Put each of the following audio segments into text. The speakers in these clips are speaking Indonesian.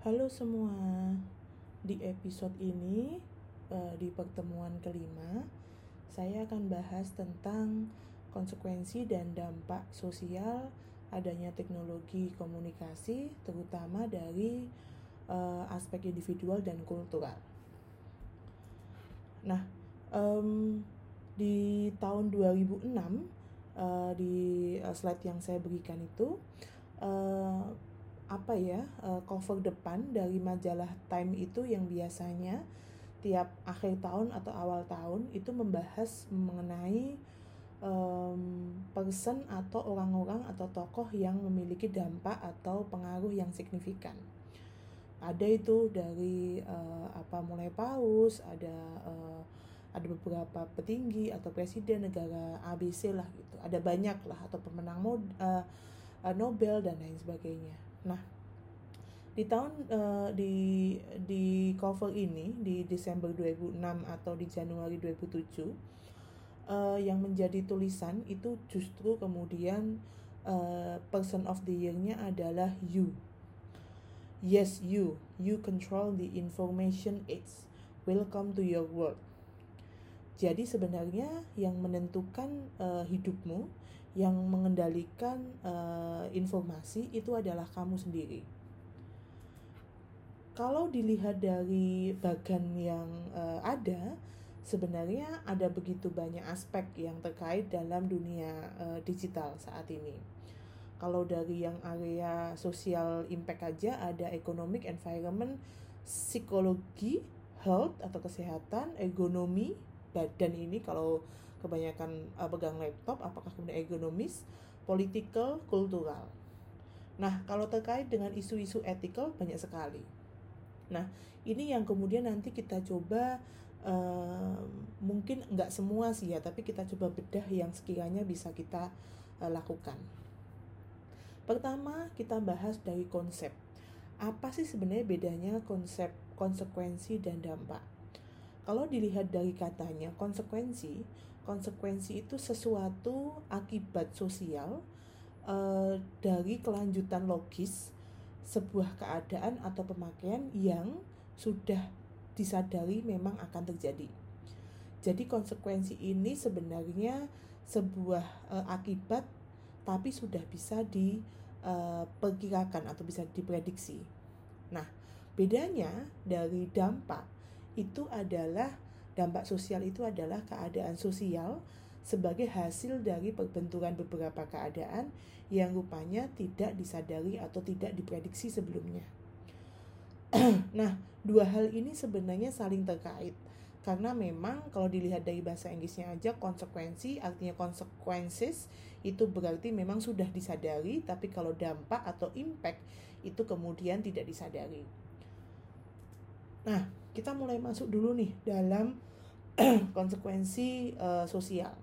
Halo semua, di episode ini, di pertemuan kelima, saya akan bahas tentang konsekuensi dan dampak sosial adanya teknologi komunikasi, terutama dari aspek individual dan kultural. Nah, di tahun 2006, di slide yang saya berikan itu, cover depan dari majalah Time itu yang biasanya tiap akhir tahun atau awal tahun itu membahas mengenai person atau orang-orang atau tokoh yang memiliki dampak atau pengaruh yang signifikan. Ada itu dari mulai paus, ada beberapa petinggi atau presiden negara ABC lah gitu. Ada banyak lah, atau pemenang Nobel dan lain sebagainya. Nah, di tahun di cover ini di Desember 2006 atau di Januari 2007, yang menjadi tulisan itu justru kemudian person of the year-nya adalah you. Yes, you control the information age. Welcome to your world. Jadi sebenarnya yang menentukan hidupmu, yang mengendalikan informasi itu adalah kamu sendiri. Kalau dilihat dari bagan yang ada, sebenarnya ada begitu banyak aspek yang terkait dalam dunia digital saat ini. Kalau dari yang area social impact aja, ada economic, environment, psikologi, health atau kesehatan, ergonomi, badan ini kalau kebanyakan pegang laptop, apakah kemudian ergonomis, political, kultural. Nah, kalau terkait dengan isu-isu ethical banyak sekali. Nah, ini yang kemudian nanti kita coba, mungkin nggak semua sih ya, tapi kita coba bedah yang sekiranya bisa kita lakukan. Pertama, kita bahas dari konsep. Apa sih sebenarnya bedanya konsep konsekuensi dan dampak? Kalau dilihat dari katanya, konsekuensi itu sesuatu akibat sosial dari kelanjutan logis sebuah keadaan atau pemakaian yang sudah disadari memang akan terjadi. Jadi konsekuensi ini sebenarnya sebuah akibat, tapi sudah bisa diperkirakan atau bisa diprediksi. Nah, bedanya dari dampak itu adalah, dampak sosial itu adalah keadaan sosial sebagai hasil dari perbenturan beberapa keadaan yang rupanya tidak disadari atau tidak diprediksi sebelumnya. Nah, dua hal ini sebenarnya saling terkait. Karena memang kalau dilihat dari bahasa Inggrisnya aja, konsekuensi artinya consequences, itu berarti memang sudah disadari, tapi kalau dampak atau impact itu kemudian tidak disadari. Nah, kita mulai masuk dulu nih dalam konsekuensi sosial.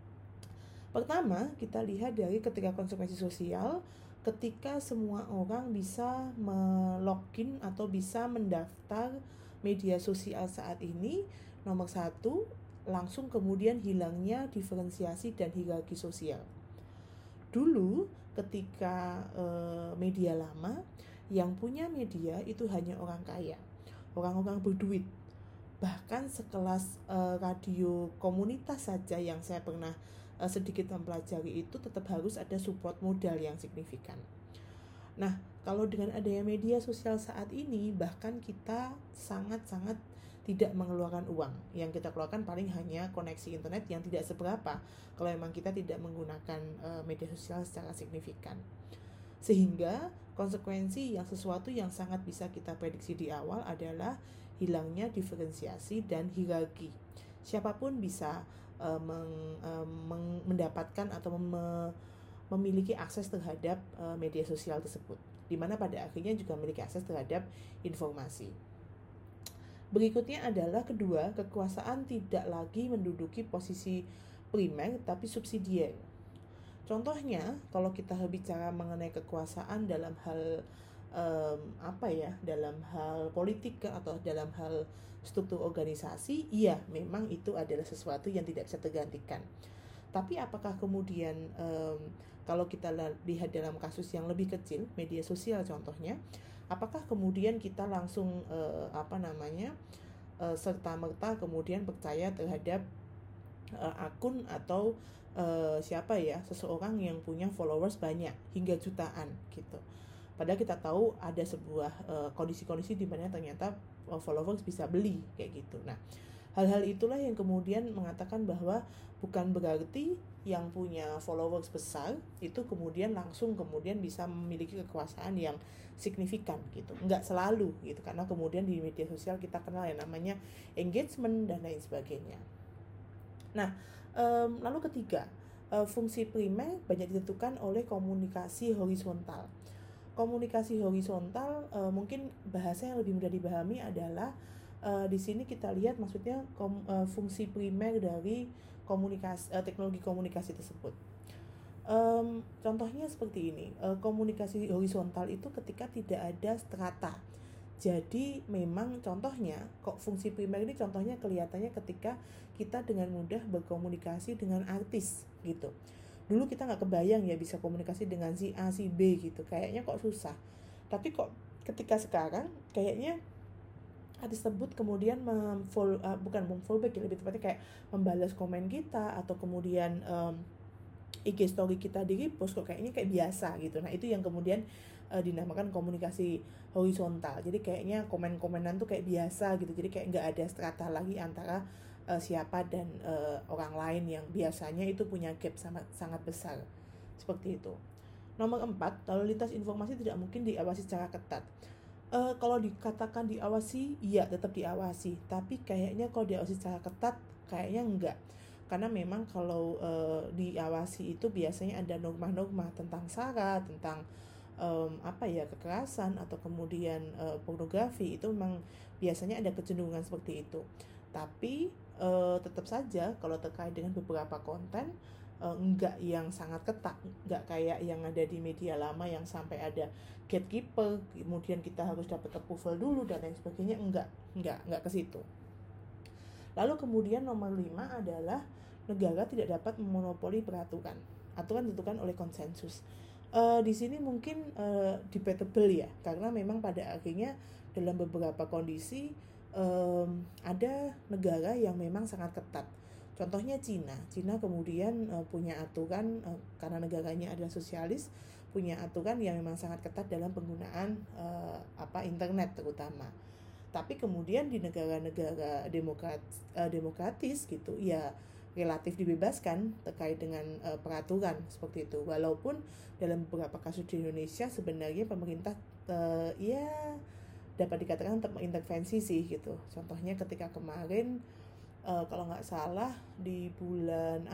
Pertama, kita lihat dari ketika konsekuensi sosial, ketika semua orang bisa melogin atau bisa mendaftar media sosial saat ini, nomor satu, langsung kemudian hilangnya diferensiasi dan hierarki sosial. Dulu ketika media lama, yang punya media itu hanya orang kaya, orang-orang berduit. Bahkan sekelas radio komunitas saja yang saya pernah sedikit mempelajari itu tetap harus ada support modal yang signifikan. Nah, kalau dengan adanya media sosial saat ini, bahkan kita sangat-sangat tidak mengeluarkan uang. Yang kita keluarkan paling hanya koneksi internet yang tidak seberapa kalau memang kita tidak menggunakan media sosial secara signifikan. Sehingga konsekuensi yang sesuatu yang sangat bisa kita prediksi di awal adalah hilangnya diferensiasi dan hierarki. Siapapun bisa mendapatkan atau memiliki akses terhadap media sosial tersebut, di mana pada akhirnya juga memiliki akses terhadap informasi. Berikutnya adalah kedua, kekuasaan tidak lagi menduduki posisi primer tapi subsidiar. Contohnya, kalau kita bicara mengenai kekuasaan dalam hal dalam hal politik atau dalam hal struktur organisasi, iya memang itu adalah sesuatu yang tidak bisa tergantikan. Tapi apakah kemudian kalau kita lihat dalam kasus yang lebih kecil, media sosial contohnya, apakah kemudian kita langsung serta-merta kemudian percaya terhadap akun atau siapa ya, seseorang yang punya followers banyak hingga jutaan gitu. Padahal kita tahu ada sebuah kondisi-kondisi di mana ternyata followers bisa beli kayak gitu. Nah, hal-hal itulah yang kemudian mengatakan bahwa bukan berarti yang punya followers besar itu kemudian langsung kemudian bisa memiliki kekuasaan yang signifikan gitu. Enggak selalu gitu, karena kemudian di media sosial kita kenal yang namanya engagement dan lain sebagainya. Nah, lalu ketiga, fungsi primer banyak ditentukan oleh komunikasi horizontal. Komunikasi horizontal mungkin bahasa yang lebih mudah dipahami adalah di sini kita lihat maksudnya fungsi primer dari teknologi komunikasi tersebut. Contohnya seperti ini, komunikasi horizontal itu ketika tidak ada strata. Jadi memang contohnya kok fungsi primer ini contohnya kelihatannya ketika kita dengan mudah berkomunikasi dengan artis gitu. Dulu kita nggak kebayang ya bisa komunikasi dengan si A, si B gitu. Kayaknya kok susah. Tapi kok ketika sekarang kayaknya artis tersebut kemudian memfollow-back, lebih tepatnya kayak membalas komen kita atau kemudian IG story kita di repost kok kayaknya kayak biasa gitu. Nah, itu yang kemudian dinamakan komunikasi horizontal. Jadi kayaknya komen-komenan tuh kayak biasa gitu. Jadi kayak nggak ada strata lagi antara siapa dan orang lain yang biasanya itu punya gap sangat besar. Seperti itu. Nomor 4, lalu lintas informasi tidak mungkin diawasi secara ketat. Kalau dikatakan diawasi, iya tetap diawasi. Tapi kayaknya kalau diawasi secara ketat, kayaknya enggak. Karena memang kalau diawasi itu biasanya ada norma-norma tentang SARA, tentang kekerasan atau kemudian pornografi, itu memang biasanya ada kecenderungan seperti itu. Tapi tetap saja kalau terkait dengan beberapa konten enggak yang sangat ketat, enggak kayak yang ada di media lama yang sampai ada gatekeeper, kemudian kita harus dapat approval dulu dan lain sebagainya. Enggak ke situ. Lalu kemudian nomor 5 adalah negara tidak dapat memonopoli peraturan. Aturan ditentukan oleh konsensus. Di sini mungkin debatable ya, karena memang pada akhirnya dalam beberapa kondisi ada negara yang memang sangat ketat. Contohnya Cina kemudian punya aturan karena negaranya adalah sosialis, punya aturan yang memang sangat ketat dalam penggunaan internet terutama. Tapi kemudian di negara-negara demokratis gitu ya relatif dibebaskan terkait dengan peraturan seperti itu. Walaupun dalam beberapa kasus di Indonesia sebenarnya pemerintah dapat dikatakan tetap mengintervensi sih gitu. Contohnya ketika kemarin kalau nggak salah di bulan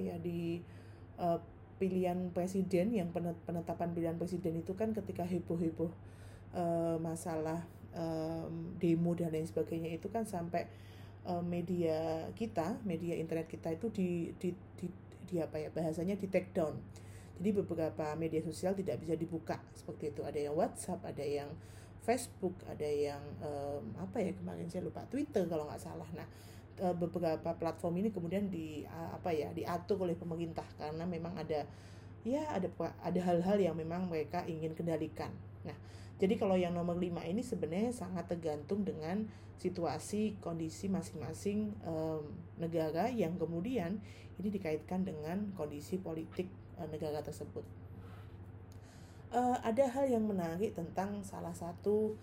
pilihan presiden, yang penetapan pilihan presiden itu kan ketika heboh-heboh masalah demo dan lain sebagainya, itu kan sampai media internet kita itu bahasanya di take down. Jadi beberapa media sosial tidak bisa dibuka seperti itu. Ada yang WhatsApp, ada yang Facebook, ada yang kemarin saya lupa, Twitter kalau nggak salah. Nah, beberapa platform ini kemudian diatur oleh pemerintah karena memang ada hal-hal yang memang mereka ingin kendalikan. Nah, jadi kalau yang nomor 5 ini sebenarnya sangat tergantung dengan situasi kondisi masing-masing negara yang kemudian ini dikaitkan dengan kondisi politik negara tersebut. Ada hal yang menarik tentang salah satu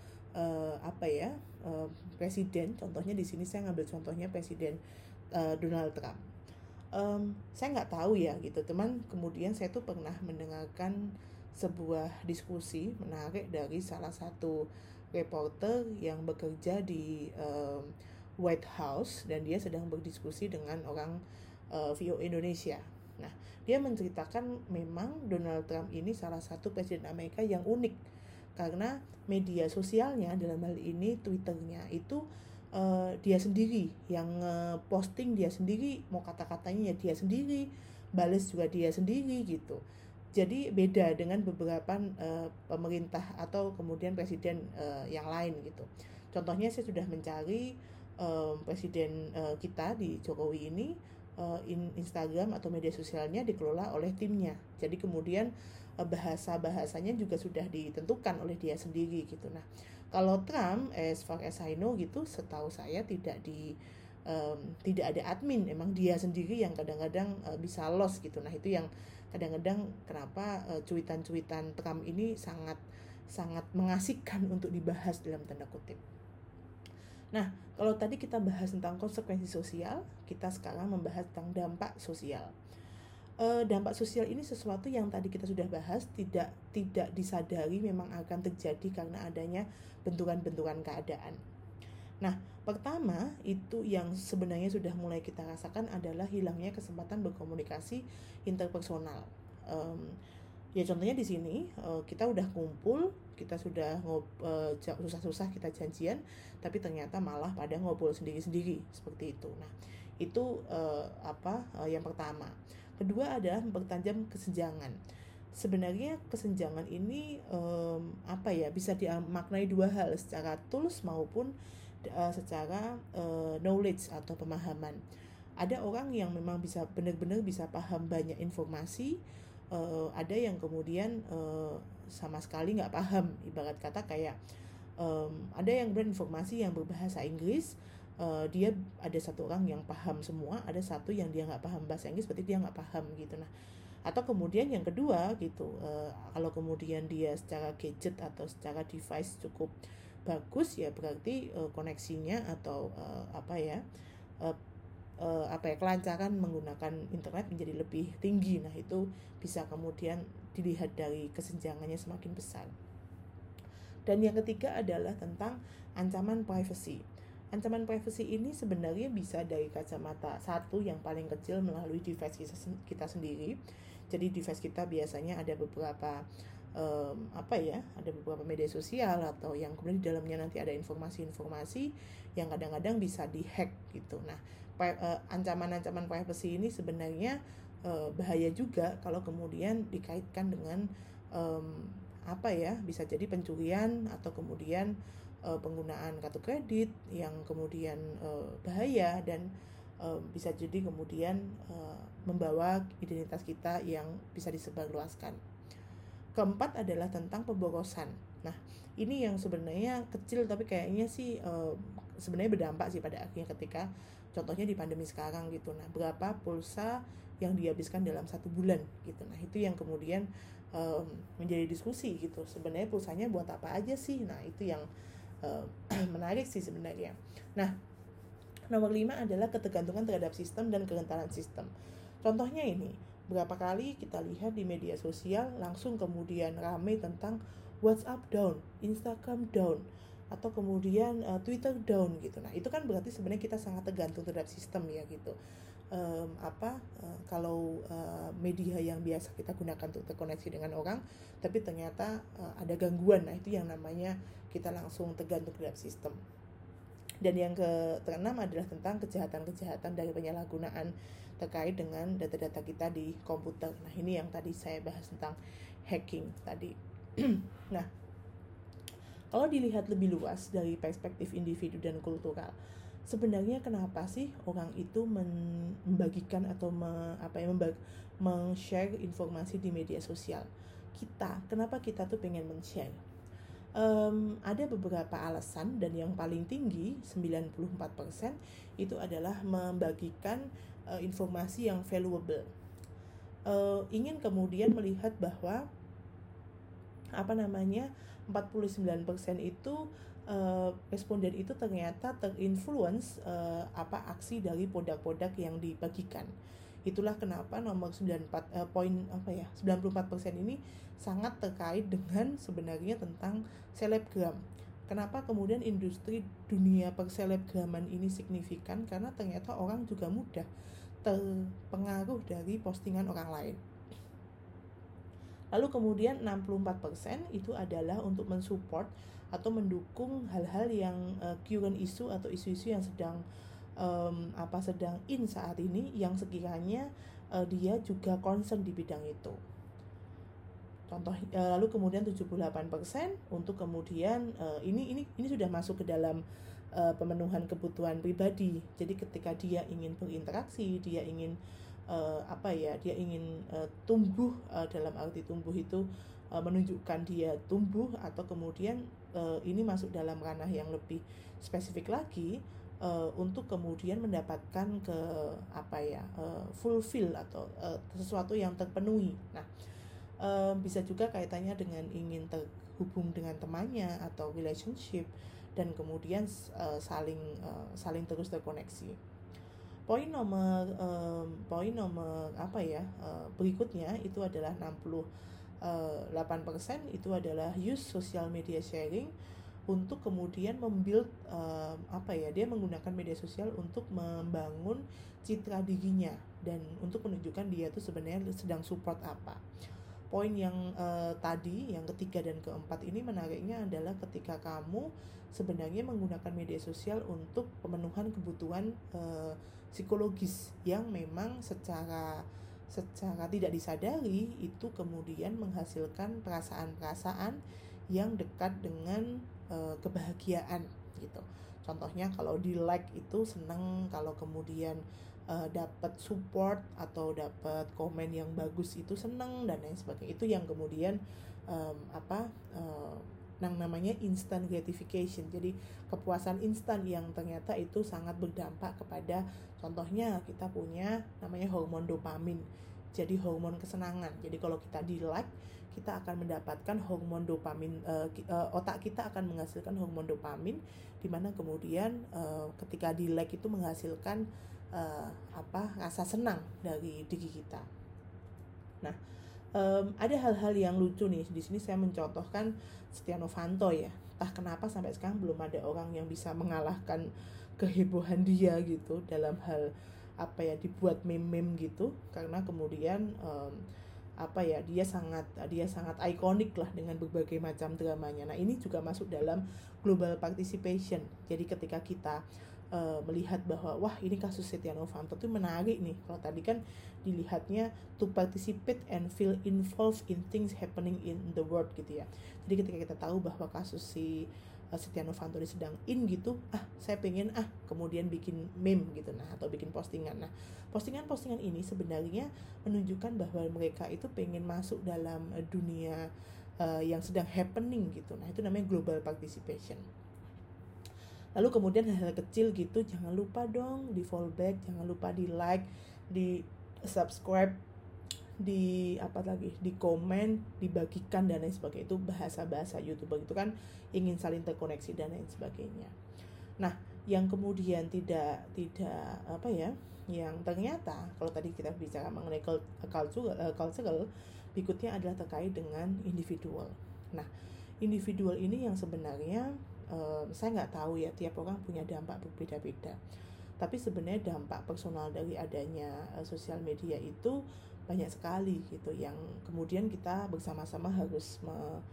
presiden. Contohnya di sini saya ngambil contohnya Presiden Donald Trump. Saya nggak tahu ya gitu, teman. Kemudian saya tuh pernah mendengarkan sebuah diskusi menarik dari salah satu reporter yang bekerja di White House, dan dia sedang berdiskusi dengan orang VOA Indonesia. Nah, dia menceritakan memang Donald Trump ini salah satu presiden Amerika yang unik karena media sosialnya, dalam hal ini Twitternya itu dia sendiri yang posting, dia sendiri, mau kata-katanya ya dia sendiri, balas juga dia sendiri gitu. Jadi beda dengan beberapa pemerintah atau kemudian presiden yang lain gitu. Contohnya saya sudah mencari presiden kita di Jokowi ini Instagram atau media sosialnya dikelola oleh timnya. Jadi kemudian bahasanya juga sudah ditentukan oleh dia sendiri gitu. Nah, kalau Trump, as far as I know gitu, setahu saya tidak ada admin, emang dia sendiri yang kadang-kadang bisa lost gitu. Nah, itu yang kadang-kadang kenapa cuitan-cuitan Trump ini sangat mengasihkan untuk dibahas dalam tanda kutip. Nah, kalau tadi kita bahas tentang konsekuensi sosial, kita sekarang membahas tentang dampak sosial. Dampak sosial ini sesuatu yang tadi kita sudah bahas, tidak disadari memang akan terjadi karena adanya benturan-benturan keadaan. Nah, pertama itu yang sebenarnya sudah mulai kita rasakan adalah hilangnya kesempatan berkomunikasi interpersonal. Ya contohnya di sini kita udah kumpul, kita sudah susah-susah kita janjian, tapi ternyata malah pada ngobrol sendiri-sendiri seperti itu. Nah, itu yang pertama. Kedua adalah mempertajam kesenjangan. Sebenarnya kesenjangan ini bisa dimaknai dua hal, secara tools maupun secara knowledge atau pemahaman. Ada orang yang memang bisa benar-benar bisa paham banyak informasi, ada yang kemudian sama sekali nggak paham. Ibarat kata kayak ada yang berinformasi yang berbahasa Inggris, dia ada satu orang yang paham semua, ada satu yang dia nggak paham bahasa Inggris, berarti dia nggak paham gitu. Nah, atau kemudian yang kedua gitu, kalau kemudian dia secara gadget atau secara device cukup bagus, ya berarti koneksinya atau kelancaran menggunakan internet menjadi lebih tinggi. Nah, itu bisa kemudian dilihat dari kesenjangannya semakin besar. Dan yang ketiga adalah tentang ancaman privacy. Ancaman privacy ini sebenarnya bisa dari kacamata satu yang paling kecil melalui device kita sendiri. Jadi device kita biasanya ada beberapa ada beberapa media sosial atau yang kemudian di dalamnya nanti ada informasi-informasi yang kadang-kadang bisa dihack gitu. Nah, ancaman-ancaman privacy ini sebenarnya bahaya juga kalau kemudian dikaitkan dengan bisa jadi pencurian atau kemudian penggunaan kartu kredit yang kemudian bahaya dan bisa jadi kemudian membawa identitas kita yang bisa disebarluaskan. Keempat adalah tentang pemborosan. Nah, ini yang sebenarnya kecil tapi kayaknya sih sebenarnya berdampak sih pada akhirnya ketika contohnya di pandemi sekarang gitu. Nah, berapa pulsa yang dihabiskan dalam 1 bulan gitu. Nah, itu yang kemudian menjadi diskusi gitu. Sebenarnya pulsanya buat apa aja sih? Nah, itu yang menarik sih sebenarnya. Nah, nomor 5 adalah ketergantungan terhadap sistem dan kerentanan sistem. Contohnya ini, berapa kali kita lihat di media sosial langsung kemudian ramai tentang WhatsApp down, Instagram down, atau kemudian Twitter down gitu. Nah, itu kan berarti sebenarnya kita sangat tergantung terhadap sistem ya gitu. Kalau media yang biasa kita gunakan untuk terkoneksi dengan orang, tapi ternyata ada gangguan, nah itu yang namanya kita langsung tergantung terhadap sistem. Dan yang keenam adalah tentang kejahatan-kejahatan dari penyalahgunaan terkait dengan data-data kita di komputer. Nah, ini yang tadi saya bahas tentang hacking tadi. Nah, kalau dilihat lebih luas dari perspektif individu dan kultural, sebenarnya kenapa sih orang itu membagikan atau men-share informasi di media sosial? Kenapa kita tuh pengen men-share? Ada beberapa alasan dan yang paling tinggi 94% itu adalah membagikan informasi yang valuable. Ingin kemudian melihat bahwa 49% itu responden itu ternyata terinfluence aksi dari produk-produk yang dibagikan. Itulah kenapa nomor 94% ini sangat terkait dengan sebenarnya tentang selebgram. Kenapa kemudian industri dunia perselebgraman ini signifikan? Karena ternyata orang juga mudah terpengaruh dari postingan orang lain. Lalu kemudian 64% itu adalah untuk mensupport atau mendukung hal-hal yang current issue atau isu-isu yang sedang in saat ini, yang sekiranya dia juga concern di bidang itu. Contoh, lalu kemudian 78% untuk kemudian ini sudah masuk ke dalam pemenuhan kebutuhan pribadi. Jadi ketika dia ingin berinteraksi, dia ingin dia ingin tumbuh, dalam arti tumbuh itu menunjukkan dia tumbuh, atau kemudian ini masuk dalam ranah yang lebih spesifik lagi, untuk kemudian mendapatkan fulfill atau sesuatu yang terpenuhi. Nah, bisa juga kaitannya dengan ingin terhubung dengan temannya atau relationship, dan kemudian saling terus terkoneksi. Poin nomor berikutnya itu adalah 68% itu adalah use social media sharing untuk kemudian membuild dia menggunakan media sosial untuk membangun citra dirinya dan untuk menunjukkan dia tuh sebenarnya sedang support apa. Poin yang tadi, yang ketiga dan keempat ini menariknya adalah ketika kamu sebenarnya menggunakan media sosial untuk pemenuhan kebutuhan psikologis yang memang secara tidak disadari itu kemudian menghasilkan perasaan-perasaan yang dekat dengan kebahagiaan gitu. Contohnya kalau di like itu senang, kalau kemudian dapat support atau dapat komen yang bagus itu senang, dan lain sebagainya. Itu yang kemudian yang namanya instant gratification. Jadi kepuasan instan yang ternyata itu sangat berdampak kepada, contohnya kita punya namanya hormon dopamin. Jadi hormon kesenangan. Jadi kalau kita di like, kita akan mendapatkan hormon dopamin, otak kita akan menghasilkan hormon dopamin, di mana kemudian ketika di like itu menghasilkan rasa senang dari diri kita. Nah, ada hal-hal yang lucu nih. Di sini saya mencontohkan Setia Novanto ya. Entah kenapa sampai sekarang belum ada orang yang bisa mengalahkan kehebohan dia gitu dalam hal dibuat meme-meme gitu, karena kemudian dia sangat ikonik lah dengan berbagai macam dramanya. Nah, ini juga masuk dalam global participation. Jadi ketika kita melihat bahwa wah, ini kasus Setia Novanto tuh menarik nih. Kalau tadi kan dilihatnya to participate and feel involved in things happening in the world gitu ya. Jadi ketika kita tahu bahwa kasus si Setia Novanto ini sedang in gitu, saya pengen kemudian bikin meme gitu, nah, atau bikin postingan. Nah, postingan-postingan ini sebenarnya menunjukkan bahwa mereka itu pengen masuk dalam dunia yang sedang happening gitu. Nah, itu namanya global participation. Lalu kemudian hal-hal kecil gitu, jangan lupa dong di follow back, jangan lupa di like, di subscribe, di komen, dibagikan, dan lain sebagainya. Itu bahasa-bahasa YouTuber itu kan ingin saling terkoneksi dan lain sebagainya. Nah, yang kemudian yang ternyata kalau tadi kita bicara mengenai cultural, berikutnya adalah terkait dengan individual. Nah, individual ini yang sebenarnya saya nggak tahu ya, tiap orang punya dampak berbeda-beda. Tapi sebenarnya dampak personal dari adanya sosial media itu banyak sekali gitu, yang kemudian kita bersama-sama harus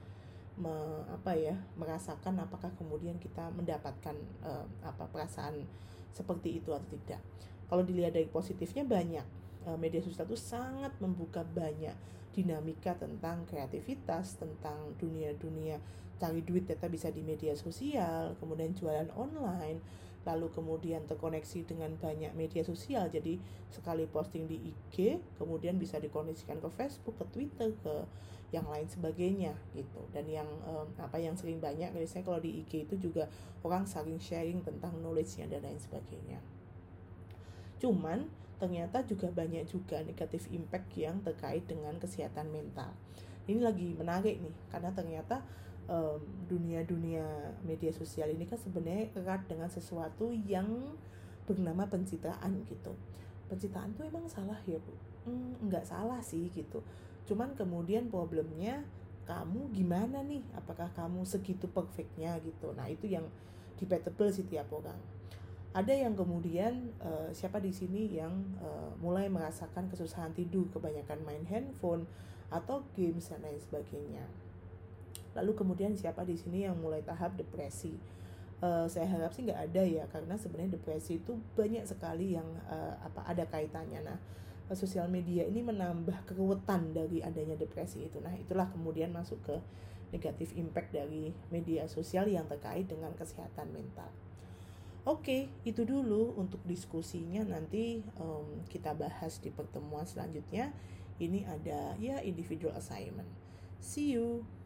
merasakan apakah kemudian kita mendapatkan perasaan seperti itu atau tidak. Kalau dilihat dari positifnya, banyak media sosial itu sangat membuka banyak dinamika tentang kreativitas, tentang dunia cari duit, ternyata bisa di media sosial, kemudian jualan online, lalu kemudian terkoneksi dengan banyak media sosial. Jadi sekali posting di IG kemudian bisa dikoneksikan ke Facebook, ke Twitter, ke yang lain sebagainya gitu. Dan yang sering banyak biasanya kalau di IG itu juga orang saling sharing tentang knowledge-nya dan lain sebagainya. Cuman ternyata juga banyak juga negatif impact yang terkait dengan kesehatan mental. Ini lagi menarik nih, karena ternyata dunia media sosial ini kan sebenarnya erat dengan sesuatu yang bernama pencitraan gitu. Pencitraan tuh emang salah ya, Bu? Enggak salah sih gitu. Cuman kemudian problemnya kamu gimana nih? Apakah kamu segitu perfectnya gitu? Nah, itu yang debatable sih tiap orang. Ada yang kemudian siapa di sini yang mulai merasakan kesusahan tidur, kebanyakan main handphone atau games dan lain sebagainya. Lalu kemudian siapa di sini yang mulai tahap depresi? Saya harap sih nggak ada ya, karena sebenarnya depresi itu banyak sekali yang ada kaitannya. Nah, sosial media ini menambah keruwetan dari adanya depresi itu. Nah, itulah kemudian masuk ke negatif impact dari media sosial yang terkait dengan kesehatan mental. Oke, itu dulu untuk diskusinya, nanti kita bahas di pertemuan selanjutnya. Ini ada ya individual assignment. See you.